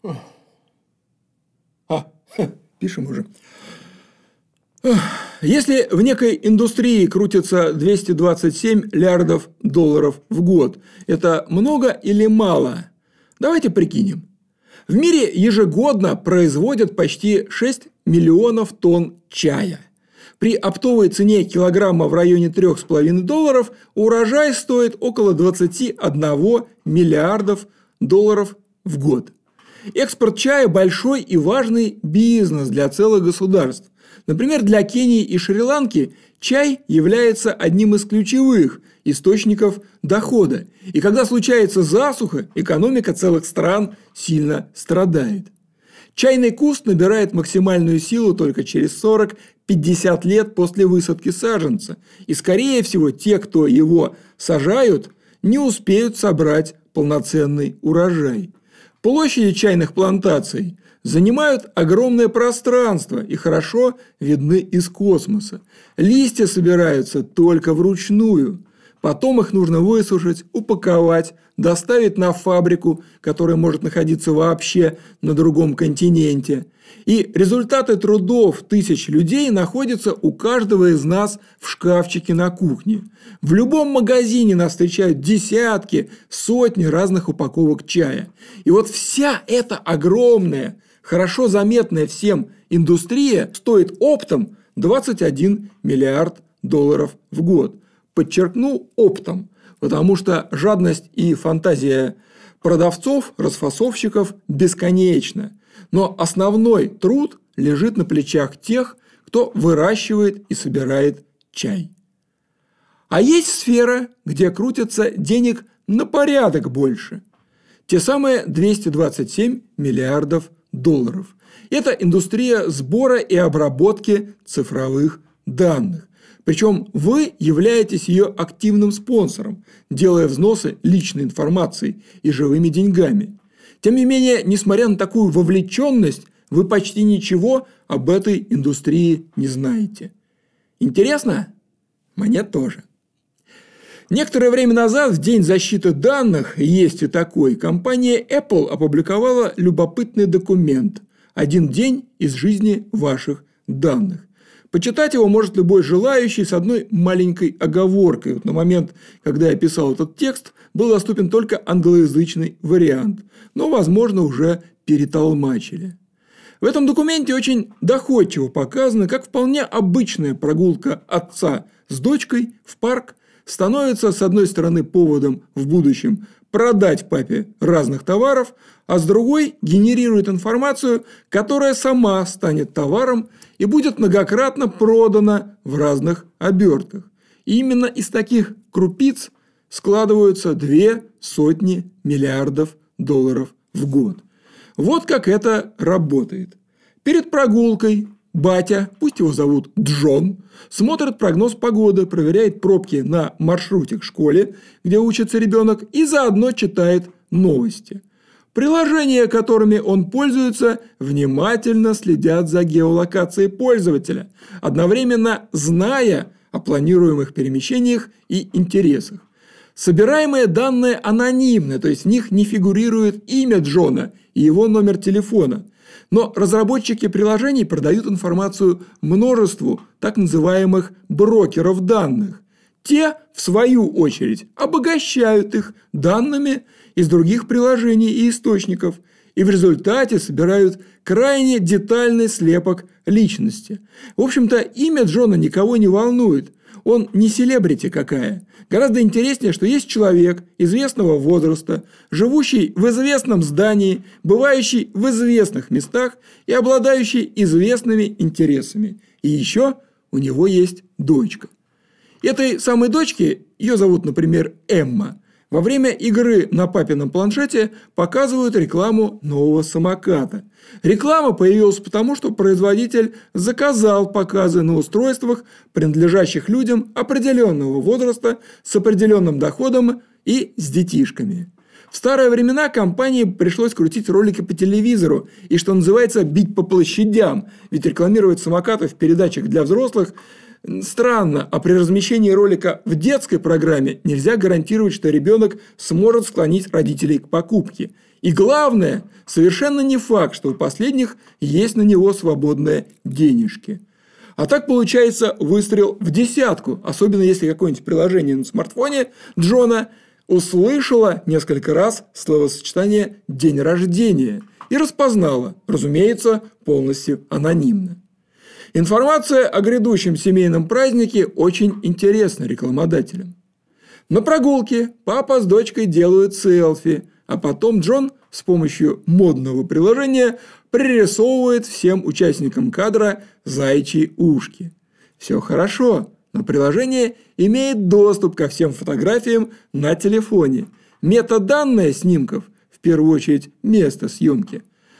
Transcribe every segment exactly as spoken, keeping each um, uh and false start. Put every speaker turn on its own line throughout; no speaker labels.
А, пишем уже. Если в некой индустрии крутится двести двадцать семь миллиардов долларов в год, это много или мало? Давайте прикинем. В мире ежегодно производят почти шесть миллионов тонн чая. При оптовой цене килограмма в районе трёх с половиной долларов урожай стоит около двадцати одного миллиардов долларов в год. Экспорт чая – большой и важный бизнес для целых государств. Например, для Кении и Шри-Ланки чай является одним из ключевых источников дохода. И когда случается засуха, экономика целых стран сильно страдает. Чайный куст набирает максимальную силу только через сорок-пятьдесят лет после высадки саженца. И, скорее всего, те, кто его сажают, не успеют собрать полноценный урожай. Площади чайных плантаций занимают огромное пространство и хорошо видны из космоса. Листья собираются только вручную. Потом их нужно высушить, упаковать, доставить на фабрику, которая может находиться вообще на другом континенте. И результаты трудов тысяч людей находятся у каждого из нас в шкафчике на кухне. В любом магазине нас встречают десятки, сотни разных упаковок чая. И вот вся эта огромная, хорошо заметная всем индустрия стоит оптом двадцать один миллиард долларов в год. Подчеркну оптом, потому что жадность и фантазия продавцов, расфасовщиков бесконечна. Но основной труд лежит на плечах тех, кто выращивает и собирает чай. А есть сфера, где крутится денег на порядок больше. Те самые двести двадцать семь миллиардов долларов. Это индустрия сбора и обработки цифровых данных. Причем вы являетесь ее активным спонсором, делая взносы личной информацией и живыми деньгами. Тем не менее, несмотря на такую вовлеченность, вы почти ничего об этой индустрии не знаете. Интересно? Мне тоже. Некоторое время назад, в День защиты данных, есть и такой, компания Apple опубликовала любопытный документ «Один день из жизни ваших данных». Почитать его может любой желающий с одной маленькой оговоркой. Вот на момент, когда я писал этот текст, был доступен только англоязычный вариант, но, возможно, уже перетолмачили. В этом документе очень доходчиво показано, как вполне обычная прогулка отца с дочкой в парк становится, с одной стороны, поводом в будущем продать папе разных товаров, а с другой генерирует информацию, которая сама станет товаром и будет многократно продана в разных обертках. И именно из таких крупиц складываются две сотни миллиардов долларов в год. Вот как это работает. Перед прогулкой батя, пусть его зовут Джон, смотрит прогноз погоды, проверяет пробки на маршруте к школе, где учится ребенок, и заодно читает новости. Приложения, которыми он пользуется, внимательно следят за геолокацией пользователя, одновременно зная о планируемых перемещениях и интересах. Собираемые данные анонимны, то есть в них не фигурирует имя Джона и его номер телефона. Но разработчики приложений продают информацию множеству так называемых брокеров данных. Те, в свою очередь, обогащают их данными из других приложений и источников, и в результате собирают крайне детальный слепок личности. В общем-то, имя Джона никого не волнует. Он не селебрити какая. Гораздо интереснее, что есть человек известного возраста, живущий в известном здании, бывающий в известных местах и обладающий известными интересами. И еще у него есть дочка. Этой самой дочке, ее зовут, например, Эмма, во время игры на папином планшете показывают рекламу нового самоката. Реклама появилась потому, что производитель заказал показы на устройствах, принадлежащих людям определенного возраста, с определенным доходом и с детишками. В старые времена компании пришлось крутить ролики по телевизору и, что называется, бить по площадям, ведь рекламировать самокаты в передачах для взрослых Странно, а при размещении ролика в детской программе нельзя гарантировать, что ребенок сможет склонить родителей к покупке. И главное, совершенно не факт, что у последних есть на него свободные денежки. А так получается выстрел в десятку, особенно если какое-нибудь приложение на смартфоне Джона услышало несколько раз словосочетание «день рождения» и распознало, разумеется, полностью анонимно. Информация о грядущем семейном празднике очень интересна рекламодателям. На прогулке папа с дочкой делают селфи, а потом Джон с помощью модного приложения пририсовывает всем участникам кадра заячьи ушки. Все хорошо, но приложение имеет доступ ко всем фотографиям на телефоне. Метаданные снимков, в первую очередь место съемки.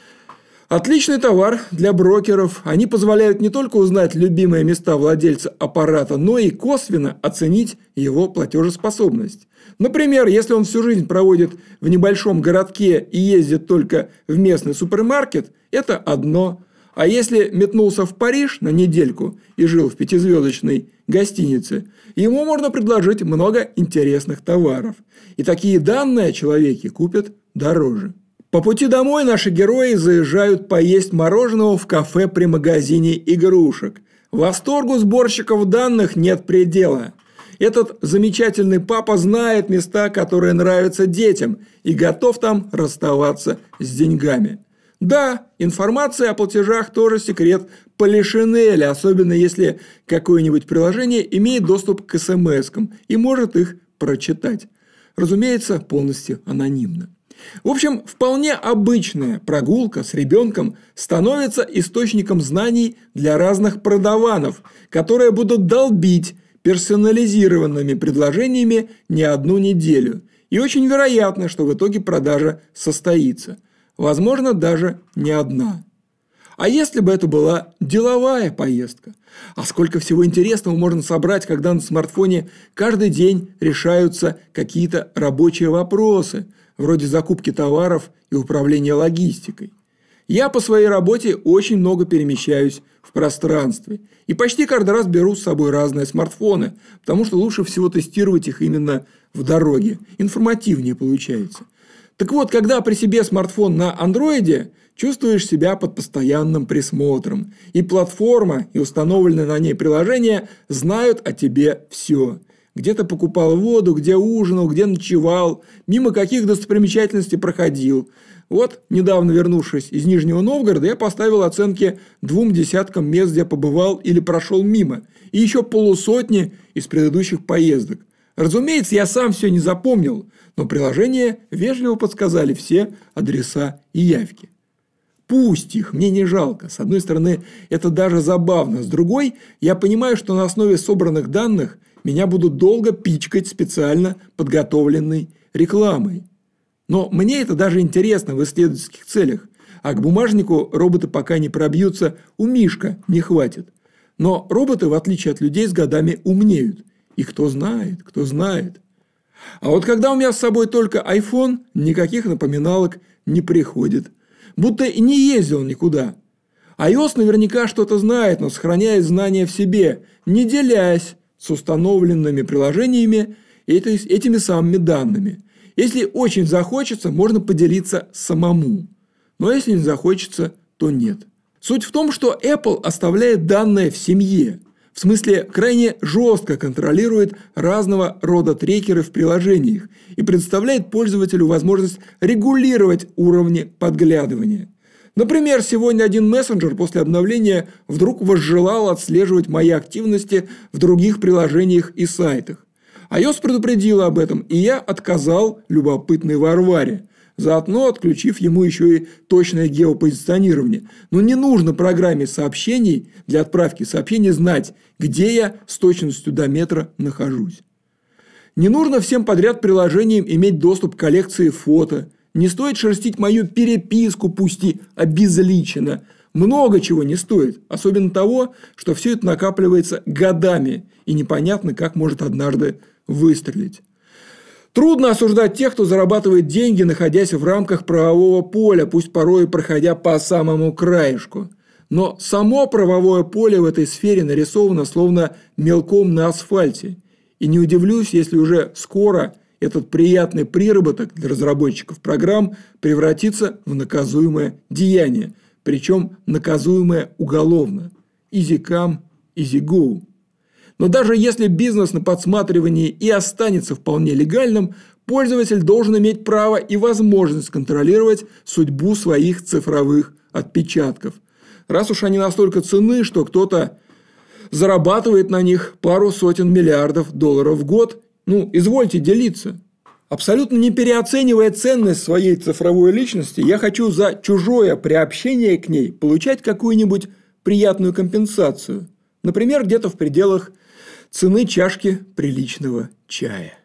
Отличный товар для брокеров. Они позволяют не только узнать любимые места владельца аппарата, но и косвенно оценить его платежеспособность. Например, если он всю жизнь проводит в небольшом городке и ездит только в местный супермаркет, это одно. А если метнулся в Париж на недельку и жил в пятизвездочной гостинице, ему можно предложить много интересных товаров. И такие данные человеки купят дороже. По пути домой наши герои заезжают поесть мороженого в кафе при магазине игрушек. Восторгу сборщиков данных нет предела. Этот замечательный папа знает места, которые нравятся детям, и готов там расставаться с деньгами. Да, информация о платежах тоже секрет Полишинеля, особенно если какое-нибудь приложение имеет доступ к смс-кам и может их прочитать. Разумеется, полностью анонимно. В общем, вполне обычная прогулка с ребенком становится источником знаний для разных продаванов, которые будут долбить персонализированными предложениями не одну неделю. И очень вероятно, что в итоге продажа состоится. Возможно, даже не одна. А если бы это была деловая поездка? А сколько всего интересного можно собрать, когда на смартфоне каждый день решаются какие-то рабочие вопросы, вроде закупки товаров и управления логистикой. Я по своей работе очень много перемещаюсь в пространстве и почти каждый раз беру с собой разные смартфоны, потому что лучше всего тестировать их именно в дороге, информативнее получается. Так вот, когда при себе смартфон на андроиде, чувствуешь себя под постоянным присмотром, и платформа, и установленные на ней приложения знают о тебе все. Где ты покупал воду, где ужинал, где ночевал, мимо каких достопримечательностей проходил. Вот, недавно вернувшись из Нижнего Новгорода, я поставил оценки двум десяткам мест, где побывал или прошел мимо, и еще полусотни из предыдущих поездок. Разумеется, я сам все не запомнил, но приложения вежливо подсказали все адреса и явки. Пусть их, мне не жалко. С одной стороны, это даже забавно. С другой, я понимаю, что на основе собранных данных меня будут долго пичкать специально подготовленной рекламой. Но мне это даже интересно в исследовательских целях. А к бумажнику роботы пока не пробьются, у Мишка не хватит. Но роботы, в отличие от людей, с годами умнеют. И кто знает, кто знает. А вот когда у меня с собой только iPhone, никаких напоминалок не приходит. Будто и не ездил никуда. iOS наверняка что-то знает, но сохраняет знания в себе, не делясь с установленными приложениями этими самыми данными. Если очень захочется, можно поделиться самому. Но если не захочется, то нет. Суть в том, что Apple оставляет данные в семье. В смысле, крайне жестко контролирует разного рода трекеры в приложениях и предоставляет пользователю возможность регулировать уровни подглядывания. Например, сегодня один мессенджер после обновления вдруг возжелал отслеживать мои активности в других приложениях и сайтах. iOS предупредила об этом, и я отказал любопытной Варваре, заодно отключив ему еще и точное геопозиционирование. Но не нужно программе сообщений для отправки сообщений знать, где я с точностью до метра нахожусь. Не нужно всем подряд приложениям иметь доступ к коллекции фото. Не стоит шерстить мою переписку, пусть и обезличенно. Много чего не стоит, особенно того, что все это накапливается годами, и непонятно, как может однажды выстрелить. Трудно осуждать тех, кто зарабатывает деньги, находясь в рамках правового поля, пусть порой проходя по самому краешку. Но само правовое поле в этой сфере нарисовано словно мелком на асфальте. И не удивлюсь, если уже скоро этот приятный приработок для разработчиков программ превратится в наказуемое деяние, причем наказуемое уголовно. Easy come, easy go. Но даже если бизнес на подсматривании и останется вполне легальным, пользователь должен иметь право и возможность контролировать судьбу своих цифровых отпечатков. Раз уж они настолько ценны, что кто-то зарабатывает на них пару сотен миллиардов долларов в год, ну, извольте делиться. Абсолютно не переоценивая ценность своей цифровой личности, я хочу за чужое приобщение к ней получать какую-нибудь приятную компенсацию. Например, где-то в пределах цены чашки приличного чая.